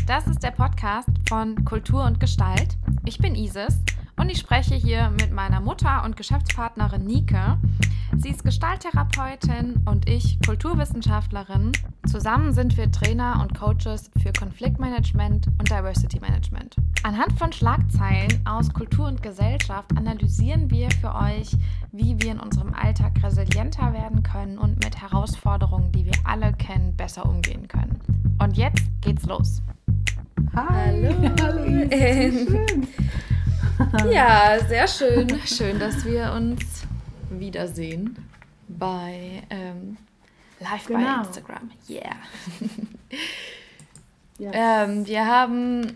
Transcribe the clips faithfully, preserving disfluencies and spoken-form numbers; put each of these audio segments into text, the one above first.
Das ist der Podcast von Kultur und Gestalt. Ich bin Isis und ich spreche hier mit meiner Mutter und Geschäftspartnerin Nike. Sie ist Gestalttherapeutin und ich Kulturwissenschaftlerin. Zusammen sind wir Trainer und Coaches für Konfliktmanagement und Diversity Management. Anhand von Schlagzeilen aus Kultur und Gesellschaft analysieren wir für euch, wie wir in unserem Alltag resilienter werden können und mit Herausforderungen, die wir alle kennen, besser umgehen können. Und jetzt geht's los. Hi. Hallo. Hallo Isis. Schön. Ja, sehr schön. Schön, dass wir uns wiedersehen bei ähm, Live Genau. bei Instagram. Yeah. Yes. ähm, wir haben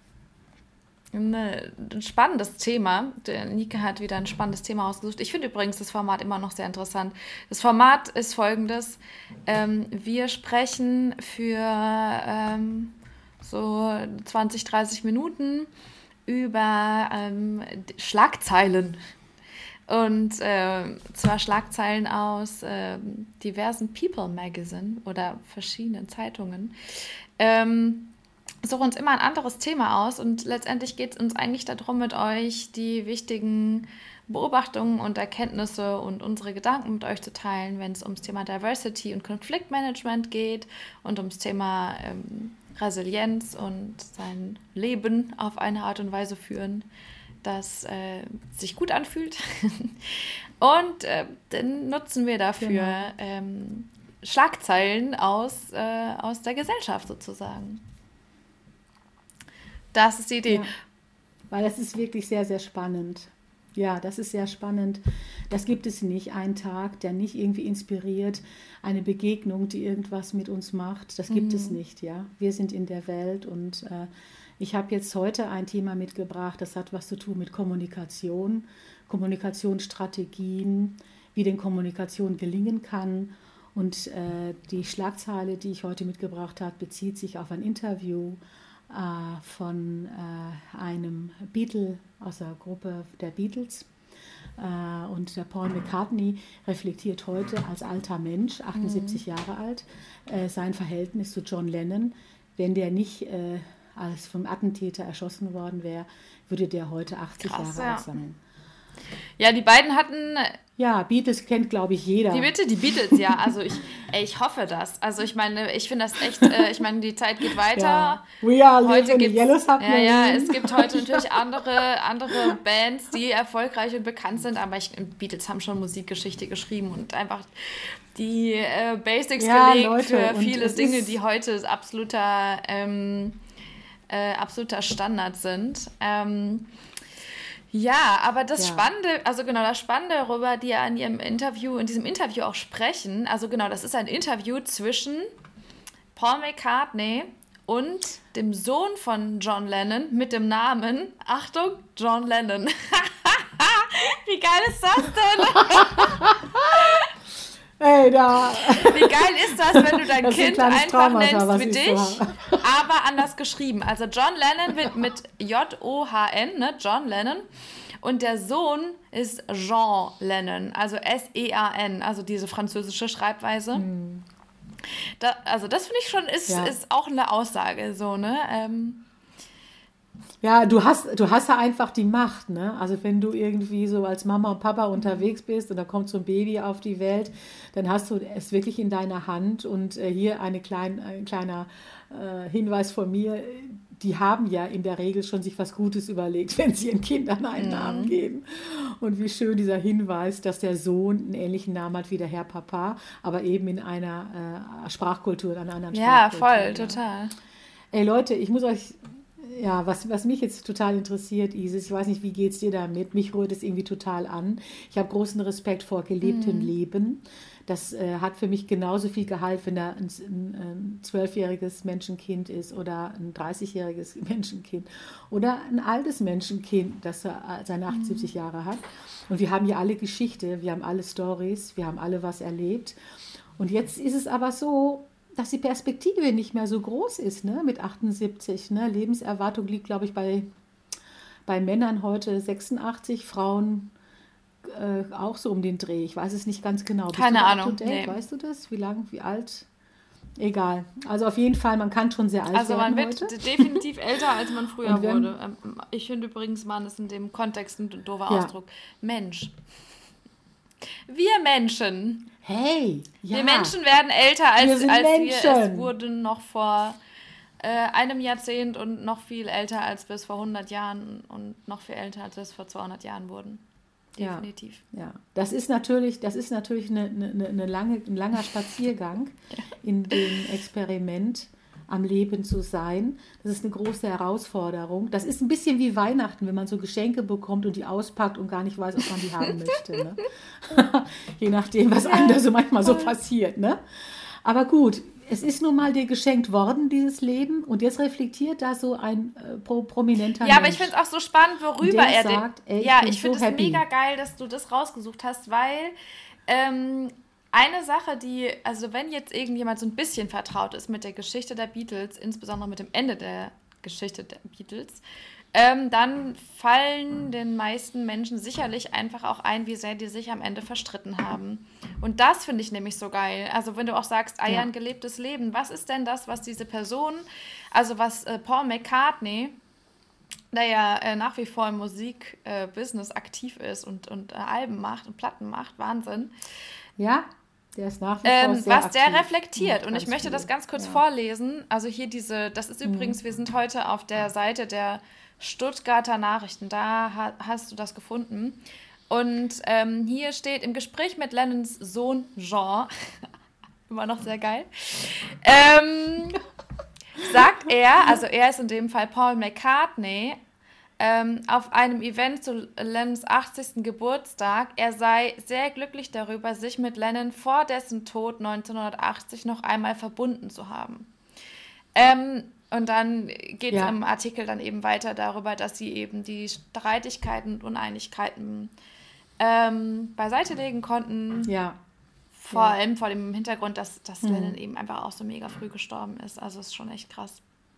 eine, ein spannendes Thema. Der Nike hat wieder ein spannendes Thema ausgesucht. Ich finde übrigens das Format immer noch sehr interessant. Das Format ist folgendes. Ähm, wir sprechen für ähm, so zwanzig, dreißig Minuten über ähm, Schlagzeilen. Und äh, zwar Schlagzeilen aus äh, diversen People Magazine oder verschiedenen Zeitungen. Ähm, suchen uns immer ein anderes Thema aus und letztendlich geht es uns eigentlich darum, mit euch die wichtigen Beobachtungen und Erkenntnisse und unsere Gedanken mit euch zu teilen, wenn es ums Thema Diversity und Konfliktmanagement geht und ums Thema ähm, Resilienz und sein Leben auf eine Art und Weise führen, das äh, sich gut anfühlt. Und äh, dann nutzen wir dafür Genau. ähm, Schlagzeilen aus, äh, aus der Gesellschaft sozusagen. Das ist die Idee. Ja, weil das ist wirklich sehr, sehr spannend. Ja, das ist sehr spannend. Das gibt es nicht. Ein Tag, der nicht irgendwie inspiriert, eine Begegnung, die irgendwas mit uns macht. Das gibt Mhm. es nicht, ja. Wir sind in der Welt und äh, ich habe jetzt heute ein Thema mitgebracht, das hat was zu tun mit Kommunikation, Kommunikationsstrategien, wie denn Kommunikation gelingen kann. Und äh, die Schlagzeile, die ich heute mitgebracht habe, bezieht sich auf ein Interview äh, von äh, einem Beatle aus der Gruppe der Beatles. Äh, und der Paul McCartney reflektiert heute als alter Mensch, achtundsiebzig mhm. Jahre alt, äh, sein Verhältnis zu John Lennon. Wenn der nicht äh, als vom Attentäter erschossen worden wäre, würde der heute achtzig Krass, Jahre ja. alt sein. Ja, die beiden hatten... Ja, Beatles kennt, glaube ich, jeder. Die bitte, die Beatles, ja. Also ich, ey, ich hoffe das. Also ich meine, ich finde das echt, äh, ich meine, die Zeit geht weiter. Ja. We are Heute living in gibt's, Yellow Submarine. ja, ja, es gibt heute natürlich andere, andere Bands, die erfolgreich und bekannt sind, aber ich, Beatles haben schon Musikgeschichte geschrieben und einfach die äh, Basics Ja, gelegt Leute, für und viele es Dinge, ist- die heute absoluter, ähm, äh, absoluter Standard sind. Ähm, Ja, aber das Ja. Spannende, also genau, das Spannende, worüber die ja in ihrem Interview, in diesem Interview auch sprechen, also genau, das ist ein Interview zwischen Paul McCartney und dem Sohn von John Lennon mit dem Namen, Achtung, John Lennon. Wie geil ist das denn? Ey, da. Wie geil ist das, wenn du dein Das ist ein Kind kleines einfach Traumata, was nennst wie ich so dich, habe. aber anders geschrieben. Also John Lennon wird mit J O H N, ne, John Lennon. Und der Sohn ist Jean Lennon, also S E A N, also diese französische Schreibweise. Da, also das finde ich schon, ist, Ja. ist auch eine Aussage, so, ne? Ähm, Ja, du hast, du hast ja einfach die Macht, ne? Also wenn du irgendwie so als Mama und Papa unterwegs bist und da kommt so ein Baby auf die Welt, dann hast du es wirklich in deiner Hand. Und äh, hier eine klein, ein kleiner äh, Hinweis von mir, die haben ja in der Regel schon sich was Gutes überlegt, wenn sie ihren Kindern einen Namen geben. Und wie schön dieser Hinweis, dass der Sohn einen ähnlichen Namen hat wie der Herr Papa, aber eben in einer äh, Sprachkultur, in einer anderen ja, Sprachkultur. voll, ja. total. Ey Leute, ich muss euch, ja, was, was mich jetzt total interessiert, Isis, ich weiß nicht, wie geht's dir damit? Mich rührt es irgendwie total an. Ich habe großen Respekt vor gelebtem Leben. Das äh, hat für mich genauso viel Gehalt, wenn da ein, ein, ein zwölfjähriges Menschenkind ist oder ein dreißigjähriges Menschenkind oder ein altes Menschenkind, das äh, seine achtundsiebzig Jahre hat. Und wir haben ja alle Geschichte, wir haben alle Stories, wir haben alle was erlebt. Und jetzt ist es aber so, dass die Perspektive nicht mehr so groß ist, ne, mit achtundsiebzig. Ne? Lebenserwartung liegt, glaube ich, bei, bei Männern heute sechsundachtzig, Frauen äh, auch so um den Dreh. Ich weiß es nicht ganz genau. Bist Keine du up Ahnung, to date? nee. Weißt du das? Wie lang, wie alt? egal. Also auf jeden Fall, man kann schon sehr alt Also man werden wird heute. definitiv älter, als man früher Und wenn, wurde. Ähm, Ich finde übrigens, Mann ist in dem Kontext ein doofer ja, Ausdruck. Mensch. Wir Menschen. hey, Wir ja, Menschen werden älter, wir als, sind als wir es Menschen. wurden noch vor äh, einem Jahrzehnt und noch viel älter, als wir es vor hundert Jahren und noch viel älter, als wir es vor zweihundert Jahren wurden. Ja, Definitiv. ja. Das ist natürlich, das ist natürlich eine, eine, eine lange, ein langer Spaziergang in dem Experiment, am Leben zu sein. Das ist eine große Herausforderung. Das ist ein bisschen wie Weihnachten, wenn man so Geschenke bekommt und die auspackt und gar nicht weiß, ob man die haben möchte. Ne? Je nachdem, was einem da Ja, so manchmal so voll. passiert. Ne? Aber gut, es ist nun mal dir geschenkt worden, dieses Leben. Und jetzt reflektiert da so ein äh, pro, prominenter Ja, aber ich Mensch. finde es auch so spannend, worüber Der er den. sagt, ey, ich Ja, bin ich so finde es mega happy. geil, dass du das rausgesucht hast, weil ähm, eine Sache, die, also wenn jetzt irgendjemand so ein bisschen vertraut ist mit der Geschichte der Beatles, insbesondere mit dem Ende der Geschichte der Beatles, ähm, dann fallen den meisten Menschen sicherlich einfach auch ein, wie sehr die sich am Ende verstritten haben. Und das finde ich nämlich so geil. Also wenn du auch sagst, ah ja, Ja, ein gelebtes Leben, was ist denn das, was diese Person, also was äh, Paul McCartney, der ja äh, nach wie vor im Musikbusiness äh, aktiv ist und, und äh, Alben macht und Platten macht, Wahnsinn, ja, der ist nach wie vor ähm, sehr was der aktiv und reflektiert. macht Und ich ganz möchte das viel. ganz kurz Ja. vorlesen. Also hier diese, das ist übrigens, wir sind heute auf der Seite der Stuttgarter Nachrichten, da ha hast du das gefunden. Und ähm, hier steht, im Gespräch mit Lennons Sohn Jean, immer noch sehr geil, ähm, sagt er, also er ist in dem Fall Paul McCartney, ähm, auf einem Event zu Lennons achtzigsten Geburtstag, er sei sehr glücklich darüber, sich mit Lennon vor dessen Tod neunzehnhundertachtzig noch einmal verbunden zu haben. Ähm, und dann geht es Ja, im Artikel dann eben weiter darüber, dass sie eben die Streitigkeiten und Uneinigkeiten ähm, beiseite legen konnten. ja, Vor ja. allem vor dem Hintergrund, dass, dass Lennon Mhm. eben einfach auch so mega früh gestorben ist. Also ist schon echt krass.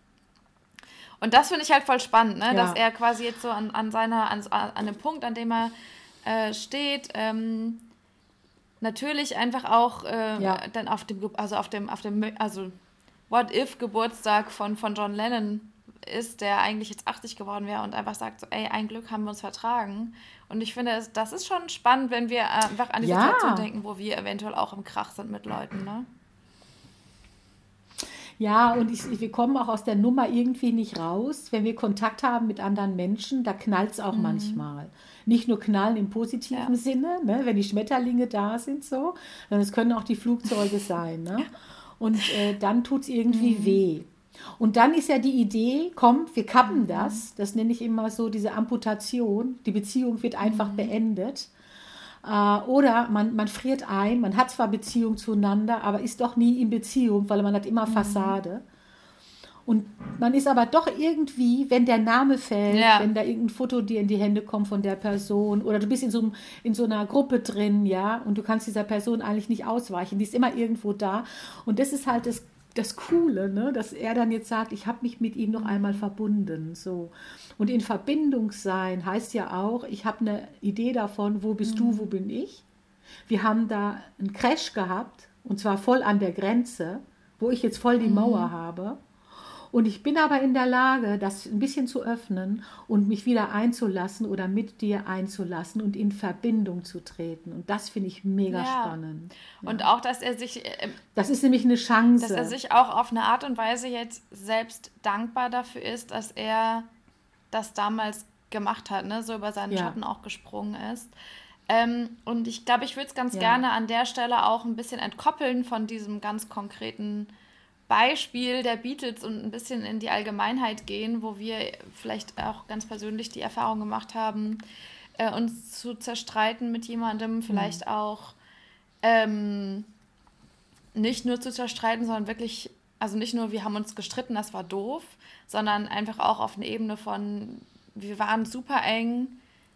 Und das finde ich halt voll spannend, ne? Dass Ja, er quasi jetzt so an, an seiner, an, an dem Punkt, an dem er äh, steht, ähm, natürlich einfach auch äh, ja, dann auf dem, Ge- also auf dem, auf dem, also What-If-Geburtstag von, von John Lennon ist, der eigentlich jetzt achtzig geworden wäre und einfach sagt so, ey, ein Glück haben wir uns vertragen. Und ich finde, es- das ist schon spannend, wenn wir äh, einfach an die Situation ja, denken, wo wir eventuell auch im Krach sind mit Leuten, ne? ja, und ich, wir kommen auch aus der Nummer irgendwie nicht raus. Wenn wir Kontakt haben mit anderen Menschen, da knallt es auch manchmal. Nicht nur knallen im Ja. positiven Sinne, ne, wenn die Schmetterlinge da sind, so, sondern es können auch die Flugzeuge sein. Ne? Und äh, dann tut es irgendwie weh. Und dann ist ja die Idee, komm, wir kappen das. Das nenne ich immer so diese Amputation. Die Beziehung wird einfach beendet. Äh, oder man, man friert ein, man hat zwar Beziehung zueinander, aber ist doch nie in Beziehung, weil man hat immer Fassade. Und man ist aber doch irgendwie, wenn der Name fällt, Ja. wenn da irgendein Foto dir in die Hände kommt von der Person oder du bist in so, einem- in so einer Gruppe drin, ja, und du kannst dieser Person eigentlich nicht ausweichen, die ist immer irgendwo da. Und das ist halt das, das Coole, ne? Dass er dann jetzt sagt, ich habe mich mit ihm noch einmal verbunden. So. Und in Verbindung sein heißt ja auch, ich habe eine Idee davon, wo bist du, wo bin ich. Wir haben da einen Crash gehabt, und zwar voll an der Grenze, wo ich jetzt voll die Mauer habe. Und ich bin aber in der Lage, das ein bisschen zu öffnen und mich wieder einzulassen oder mit dir einzulassen und in Verbindung zu treten. Und das finde ich mega Ja. spannend. Und auch, dass er sich, äh, Das ist nämlich eine dass er Chance. sich auch auf eine Art und Weise jetzt selbst dankbar dafür ist, dass er das damals gemacht hat, ne? So über seinen Ja. Schatten auch gesprungen ist. Ähm, und ich glaube, ich würde es ganz Ja. gerne an der Stelle auch ein bisschen entkoppeln von diesem ganz konkreten Beispiel der Beatles und ein bisschen in die Allgemeinheit gehen, wo wir vielleicht auch ganz persönlich die Erfahrung gemacht haben, äh, uns zu zerstreiten mit jemandem, vielleicht auch ähm, nicht nur zu zerstreiten, sondern wirklich, also nicht nur, wir haben uns gestritten, das war doof, sondern einfach auch auf eine Ebene von, wir waren super eng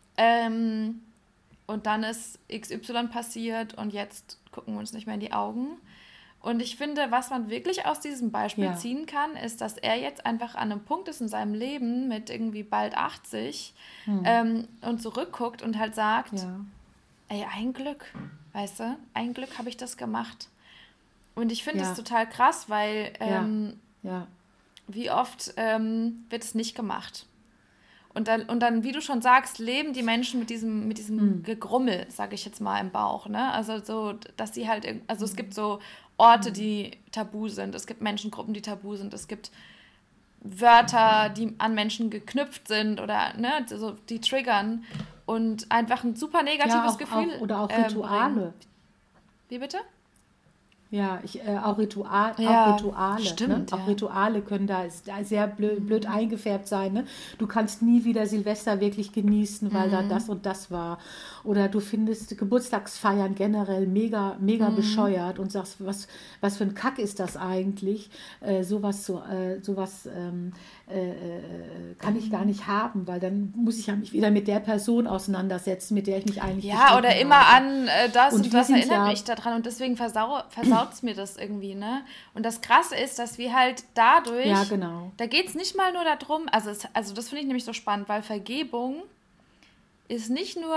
ähm, und dann ist X Y passiert und jetzt gucken wir uns nicht mehr in die Augen. Und ich finde, was man wirklich aus diesem Beispiel Ja. ziehen kann, ist, dass er jetzt einfach an einem Punkt ist in seinem Leben mit irgendwie bald achtzig ähm, und zurückguckt und halt sagt, Ja. ey, ein Glück, weißt du, ein Glück habe ich das gemacht. Und ich finde es Ja, total krass, weil ja, ähm, ja. wie oft ähm, wird es nicht gemacht? Und dann, und dann, wie du schon sagst, leben die Menschen mit diesem, mit diesem Hm. Gegrummel, sage ich jetzt mal, im Bauch, ne? Also so, dass sie halt, irg- also es gibt so Orte, die tabu sind, es gibt Menschengruppen, die tabu sind, es gibt Wörter, die an Menschen geknüpft sind oder, ne, so, die triggern und einfach ein super Ja, negatives auch, auch, Gefühl oder auch ähm, bringen. Rituale. Wie bitte? Ja, ich, äh, auch, Ritual, auch Ja, Rituale, ne? stimmt, Auch ja. Rituale können da s- da sehr blöd, blöd eingefärbt sein, ne? Du kannst nie wieder Silvester wirklich genießen, weil da das und das war. Oder du findest Geburtstagsfeiern generell mega, mega bescheuert und sagst, was, was für ein Kack ist das eigentlich? Äh, sowas zu, äh, sowas ähm, äh, äh, kann ich gar nicht haben, weil dann muss ich ja mich wieder mit der Person auseinandersetzen, mit der ich mich eigentlich Ja, oder gestritten immer habe. an äh, das Und und wir das sind erinnert ja, mich daran und deswegen versau versaut es mir das irgendwie, ne? Und das Krasse ist, dass wir halt dadurch, ja, genau. da geht es nicht mal nur darum, also, es, also das finde ich nämlich so spannend, weil Vergebung ist nicht nur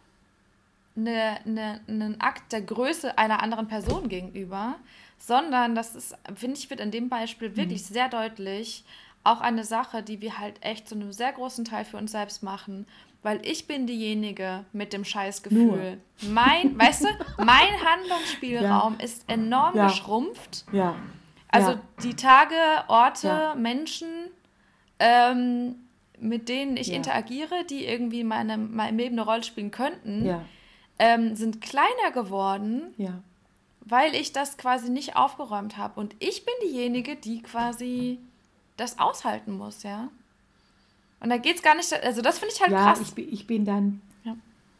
eine, eine, ein Akt der Größe einer anderen Person gegenüber, sondern das ist, finde ich, wird in dem Beispiel wirklich sehr deutlich auch eine Sache, die wir halt echt zu einem sehr großen Teil für uns selbst machen, weil ich bin diejenige mit dem Nur. Scheißgefühl. Mein, weißt du, mein Ja, Handlungsspielraum ist enorm ja, geschrumpft. ja, Also ja, die Tage, ja, Orte, Menschen, ähm, mit denen ich ja, interagiere, die irgendwie in meinem, meinem Leben eine Rolle spielen könnten, ja, ähm, sind kleiner geworden, ja. weil ich das quasi nicht aufgeräumt habe. Und ich bin diejenige, die quasi das aushalten muss, ja. Und da geht's gar nicht, also das finde ich halt Ja, ich, krass. bin- ich bin dann, Ja.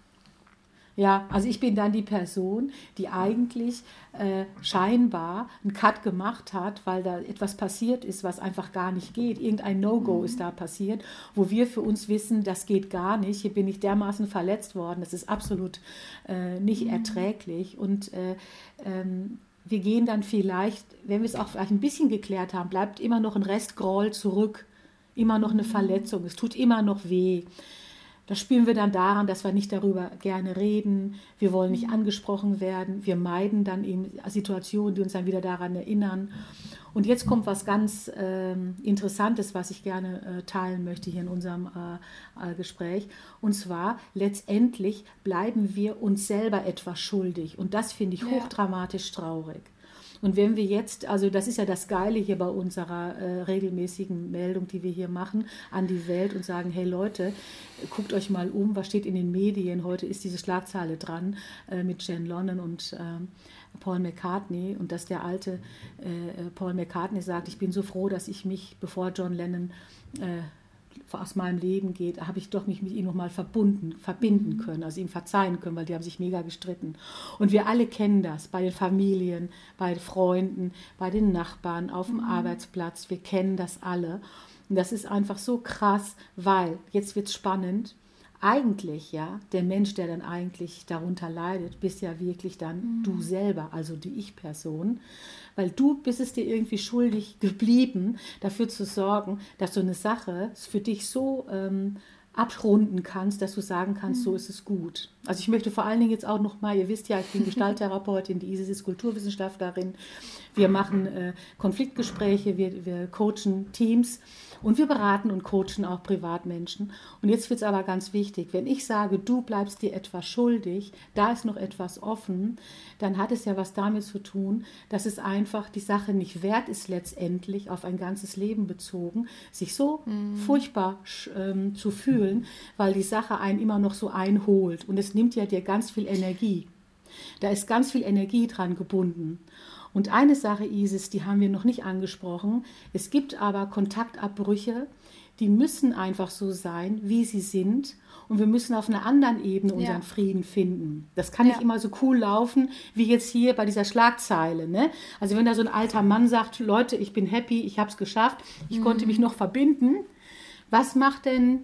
ja, also ich bin dann die Person, die eigentlich äh, scheinbar einen Cut gemacht hat, weil da etwas passiert ist, was einfach gar nicht geht. Irgendein No-Go ist da passiert, wo wir für uns wissen, das geht gar nicht. Hier bin ich dermaßen verletzt worden, das ist absolut äh, nicht erträglich. Und äh, ähm, wir gehen dann vielleicht, wenn wir es auch vielleicht ein bisschen geklärt haben, bleibt immer noch ein Rest Groll zurück, immer noch eine Verletzung, es tut immer noch weh. Das spüren wir dann daran, dass wir nicht darüber gerne reden, wir wollen nicht angesprochen werden, wir meiden dann eben Situationen, die uns dann wieder daran erinnern. Und jetzt kommt was ganz ähm, Interessantes, was ich gerne äh, teilen möchte hier in unserem äh, äh, Gespräch. Und zwar, letztendlich bleiben wir uns selber etwas schuldig. Und das finde ich Ja. hochdramatisch traurig. Und wenn wir jetzt, also das ist ja das Geile hier bei unserer äh, regelmäßigen Meldung, die wir hier machen, an die Welt und sagen, hey Leute, guckt euch mal um, was steht in den Medien. Heute ist diese Schlagzeile dran äh, mit Jen Lennon und ähm, Paul McCartney und dass der alte äh, Paul McCartney sagt, ich bin so froh, dass ich mich, bevor John Lennon äh, aus meinem Leben geht, habe ich doch mich mit ihm nochmal verbunden, verbinden können, also ihm verzeihen können, weil die haben sich mega gestritten. Und wir alle kennen das, bei den Familien, bei den Freunden, bei den Nachbarn, auf dem Arbeitsplatz, wir kennen das alle. Und das ist einfach so krass, weil, jetzt wird es spannend, eigentlich, ja, der Mensch, der dann eigentlich darunter leidet, bist ja wirklich dann du selber, also die Ich-Person, weil du bist es dir irgendwie schuldig geblieben, dafür zu sorgen, dass du eine Sache für dich so ähm, abrunden kannst, dass du sagen kannst, so ist es gut. Also ich möchte vor allen Dingen jetzt auch noch mal, ihr wisst ja, ich bin Gestalttherapeutin, die Isis ist Kulturwissenschaftlerin, wir machen äh, Konfliktgespräche, wir, wir coachen Teams und wir beraten und coachen auch Privatmenschen. Und jetzt wird es aber ganz wichtig, wenn ich sage, du bleibst dir etwas schuldig, da ist noch etwas offen, dann hat es ja was damit zu tun, dass es einfach die Sache nicht wert ist, letztendlich auf ein ganzes Leben bezogen, sich so mhm. furchtbar ähm, zu fühlen, weil die Sache einen immer noch so einholt. Und es nimmt ja dir ganz viel Energie. Da ist ganz viel Energie dran gebunden. Und eine Sache, Isis, die haben wir noch nicht angesprochen. Es gibt aber Kontaktabbrüche, die müssen einfach so sein, wie sie sind. Und wir müssen auf einer anderen Ebene unseren ja. Frieden finden. Das kann ja. nicht immer so cool laufen, wie jetzt hier bei dieser Schlagzeile. Ne? Also wenn da so ein alter Mann sagt, Leute, ich bin happy, ich habe es geschafft, ich mhm. konnte mich noch verbinden. Was macht denn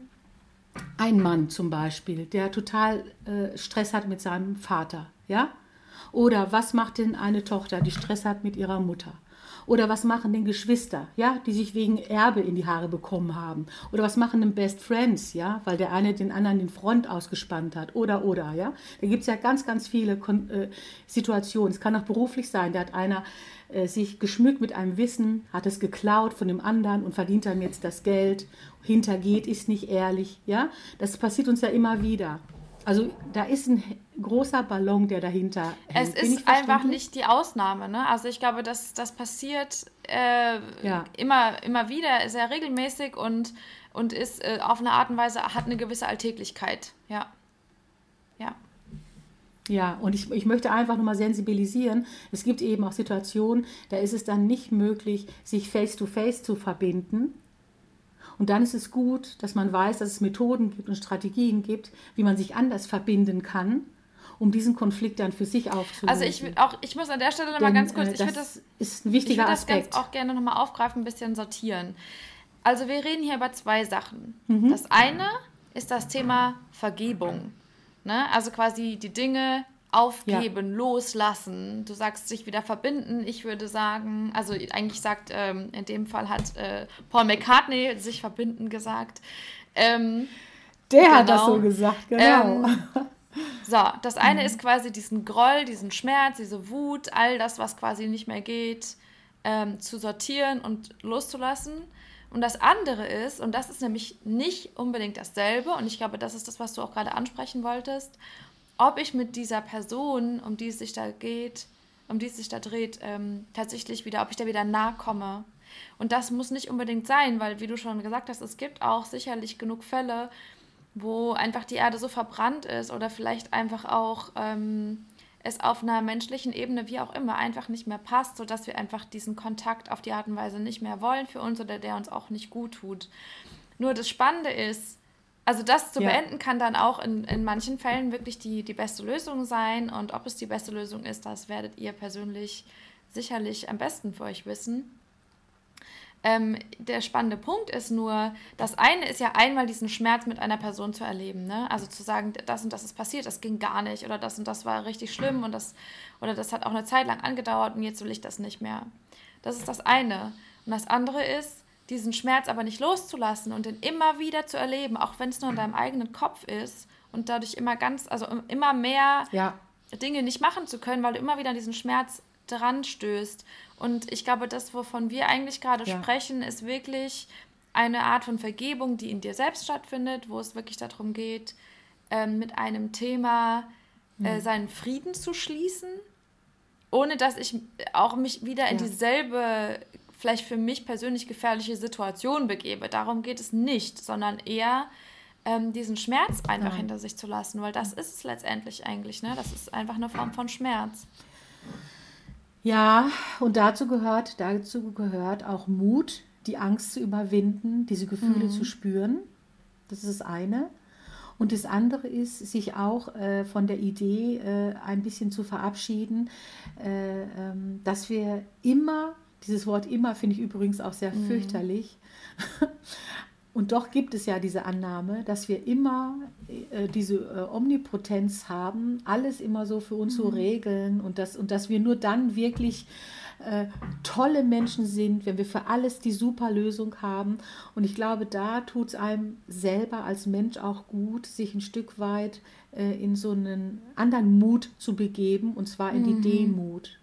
ein Mann zum Beispiel, der total äh, Stress hat mit seinem Vater, ja? Oder was macht denn eine Tochter, die Stress hat mit ihrer Mutter? Oder was machen denn Geschwister, ja, die sich wegen Erbe in die Haare bekommen haben? Oder was machen denn Best Friends, ja, weil der eine den anderen den Front ausgespannt hat? Oder, oder, ja. Da gibt es ja ganz, ganz viele Kon- äh, Situationen. Es kann auch beruflich sein, da hat einer äh, sich geschmückt mit einem Wissen, hat es geklaut von dem anderen und verdient dann jetzt das Geld, hintergeht, ist nicht ehrlich, ja. Das passiert uns ja immer wieder. Also da ist ein großer Ballon, der dahinter hängt. Es Bin ist einfach nicht die Ausnahme. Ne? Also ich glaube, dass das passiert äh, ja. immer, immer wieder, sehr regelmäßig und, und ist äh, auf eine Art und Weise, hat eine gewisse Alltäglichkeit. Ja. Ja. Ja, und ich, ich möchte einfach nochmal sensibilisieren. Es gibt eben auch Situationen, da ist es dann nicht möglich, sich face-to-face zu verbinden. Und dann ist es gut, dass man weiß, dass es Methoden gibt und Strategien gibt, wie man sich anders verbinden kann, um diesen Konflikt dann für sich aufzulösen. Also ich, auch, ich muss an der Stelle nochmal ganz kurz, äh, ich das das, ist ein wichtiger ich Aspekt. das ganz auch gerne nochmal aufgreifen, ein bisschen sortieren. Also wir reden hier über zwei Sachen. Mhm. Das eine ist das Thema Vergebung. Ne? Also quasi die Dinge aufgeben, ja. loslassen. Du sagst, sich wieder verbinden. Ich würde sagen, also eigentlich sagt, ähm, in dem Fall hat äh, Paul McCartney sich verbinden gesagt. Ähm, Der genau. hat das so gesagt, genau. Ähm, so, das eine mhm. ist quasi diesen Groll, diesen Schmerz, diese Wut, all das, was quasi nicht mehr geht, ähm, zu sortieren und loszulassen. Und das andere ist, und das ist nämlich nicht unbedingt dasselbe, und ich glaube, das ist das, was du auch gerade ansprechen wolltest, ob ich mit dieser Person, um die es sich da geht, um die es sich da dreht, ähm, tatsächlich wieder, ob ich da wieder nahe komme. Und das muss nicht unbedingt sein, weil, wie du schon gesagt hast, es gibt auch sicherlich genug Fälle, wo einfach die Erde so verbrannt ist oder vielleicht einfach auch ähm, es auf einer menschlichen Ebene, wie auch immer, einfach nicht mehr passt, sodass wir einfach diesen Kontakt auf die Art und Weise nicht mehr wollen für uns oder der uns auch nicht gut tut. Nur das Spannende ist, also das zu ja. beenden kann dann auch in, in manchen Fällen wirklich die, die beste Lösung sein. Und ob es die beste Lösung ist, das werdet ihr persönlich sicherlich am besten für euch wissen. Ähm, der spannende Punkt ist nur, das eine ist ja einmal diesen Schmerz mit einer Person zu erleben. Ne? Also zu sagen, das und das ist passiert, das ging gar nicht. Oder das und das war richtig schlimm und das, oder das hat auch eine Zeit lang angedauert und jetzt will ich das nicht mehr. Das ist das eine. Und das andere ist, diesen Schmerz aber nicht loszulassen und den immer wieder zu erleben, auch wenn es nur in deinem eigenen Kopf ist und dadurch immer ganz, also immer mehr ja. Dinge nicht machen zu können, weil du immer wieder an diesen Schmerz dran stößt. Und ich glaube, das, wovon wir eigentlich gerade ja. sprechen, ist wirklich eine Art von Vergebung, die in dir selbst stattfindet, wo es wirklich darum geht, ähm, mit einem Thema äh, seinen Frieden zu schließen, ohne dass ich auch mich wieder in ja. dieselbe vielleicht für mich persönlich gefährliche Situation begebe. Darum geht es nicht, sondern eher ähm, diesen Schmerz einfach ja. hinter sich zu lassen, weil das ist es letztendlich eigentlich, ne? Das ist einfach eine Form von Schmerz. Ja, und dazu gehört, dazu gehört auch Mut, die Angst zu überwinden, diese Gefühle mhm. zu spüren. Das ist das eine. Und das andere ist, sich auch äh, von der Idee äh, ein bisschen zu verabschieden, äh, ähm, dass wir immer Dieses Wort immer finde ich übrigens auch sehr mm. fürchterlich. Und doch gibt es ja diese Annahme, dass wir immer äh, diese äh, Omnipotenz haben, alles immer so für uns mm. zu regeln und, das, und dass wir nur dann wirklich äh, tolle Menschen sind, wenn wir für alles die super Lösung haben. Und ich glaube, da tut es einem selber als Mensch auch gut, sich ein Stück weit äh, in so einen anderen Mut zu begeben, und zwar in die mm. Demut.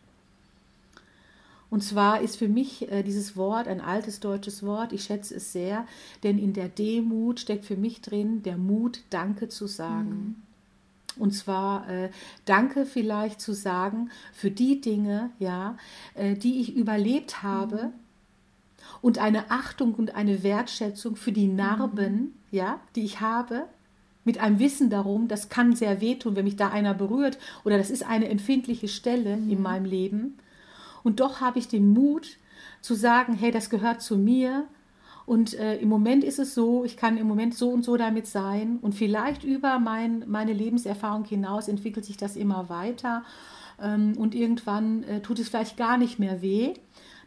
Und zwar ist für mich äh, dieses Wort ein altes deutsches Wort, ich schätze es sehr, denn in der Demut steckt für mich drin der Mut, Danke zu sagen. Mhm. Und zwar äh, Danke vielleicht zu sagen für die Dinge, ja, äh, die ich überlebt habe, mhm. und eine Achtung und eine Wertschätzung für die Narben, mhm. ja, die ich habe, mit einem Wissen darum, das kann sehr wehtun, wenn mich da einer berührt, oder das ist eine empfindliche Stelle mhm. in meinem Leben. Und doch habe ich den Mut zu sagen, hey, das gehört zu mir und äh, im Moment ist es so, ich kann im Moment so und so damit sein und vielleicht über mein, meine Lebenserfahrung hinaus entwickelt sich das immer weiter ähm, und irgendwann äh, tut es vielleicht gar nicht mehr weh.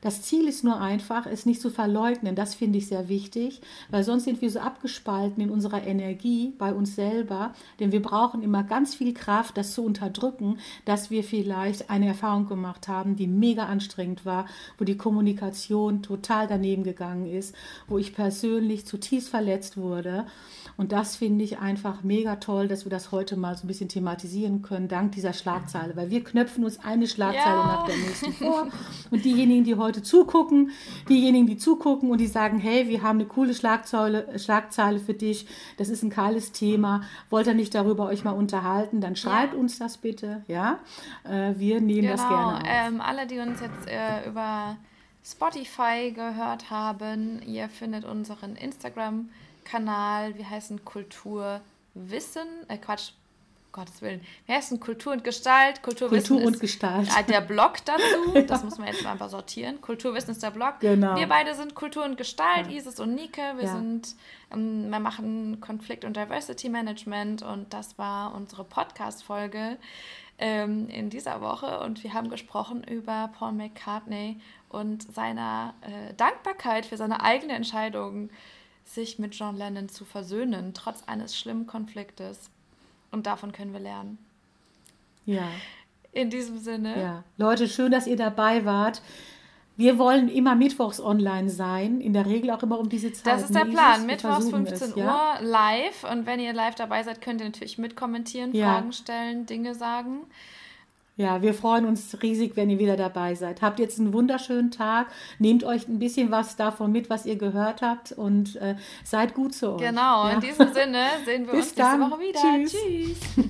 Das Ziel ist nur einfach, es nicht zu verleugnen. Das finde ich sehr wichtig, weil sonst sind wir so abgespalten in unserer Energie bei uns selber. Denn wir brauchen immer ganz viel Kraft, das zu unterdrücken, dass wir vielleicht eine Erfahrung gemacht haben, die mega anstrengend war, wo die Kommunikation total daneben gegangen ist, wo ich persönlich zutiefst verletzt wurde. Und das finde ich einfach mega toll, dass wir das heute mal so ein bisschen thematisieren können, dank dieser Schlagzeile. Weil wir knöpfen uns eine Schlagzeile ja. nach der nächsten vor. Und diejenigen, die heute zugucken, diejenigen, die zugucken und die sagen, hey, wir haben eine coole Schlagzeile, Schlagzeile für dich, das ist ein geiles Thema, wollt ihr nicht darüber euch mal unterhalten, dann schreibt ja. uns das bitte. Ja, äh, wir nehmen genau. das gerne auf. Ähm, alle, die uns jetzt äh, über Spotify gehört haben, ihr findet unseren Instagram Kanal, wir heißen Kulturwissen, äh Quatsch, Gottes Willen, wir heißen Kultur und Gestalt, Kulturwissen Kultur und ist Gestalt. der Blog dazu, das muss man jetzt mal einfach sortieren, Kulturwissen ist der Blog, genau. Wir beide sind Kultur und Gestalt, ja. Isis und Nike, wir ja. sind, ähm, wir machen Konflikt- und Diversity Management und das war unsere Podcast-Folge ähm, in dieser Woche und wir haben gesprochen über Paul McCartney und seiner äh, Dankbarkeit für seine eigene Entscheidung, sich mit John Lennon zu versöhnen, trotz eines schlimmen Konfliktes. Und davon können wir lernen. Ja. In diesem Sinne. Ja. Leute, schön, dass ihr dabei wart. Wir wollen immer mittwochs online sein, in der Regel auch immer um diese Zeit. Das ist der Plan, mittwochs fünfzehn Uhr ja? live. Und wenn ihr live dabei seid, könnt ihr natürlich mitkommentieren, ja. Fragen stellen, Dinge sagen. Ja, wir freuen uns riesig, wenn ihr wieder dabei seid. Habt jetzt einen wunderschönen Tag. Nehmt euch ein bisschen was davon mit, was ihr gehört habt und äh, seid gut zu euch. Genau, ja. In diesem Sinne sehen wir Bis uns dann. nächste Woche wieder. Tschüss. Tschüss.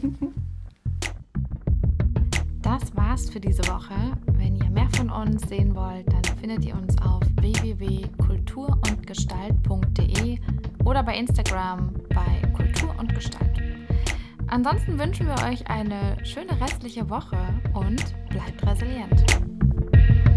Das war's für diese Woche. Wenn ihr mehr von uns sehen wollt, dann findet ihr uns auf w w w punkt kultur und gestalt punkt d e oder bei Instagram bei Kultur und Gestalt. Ansonsten wünschen wir euch eine schöne restliche Woche und bleibt resilient.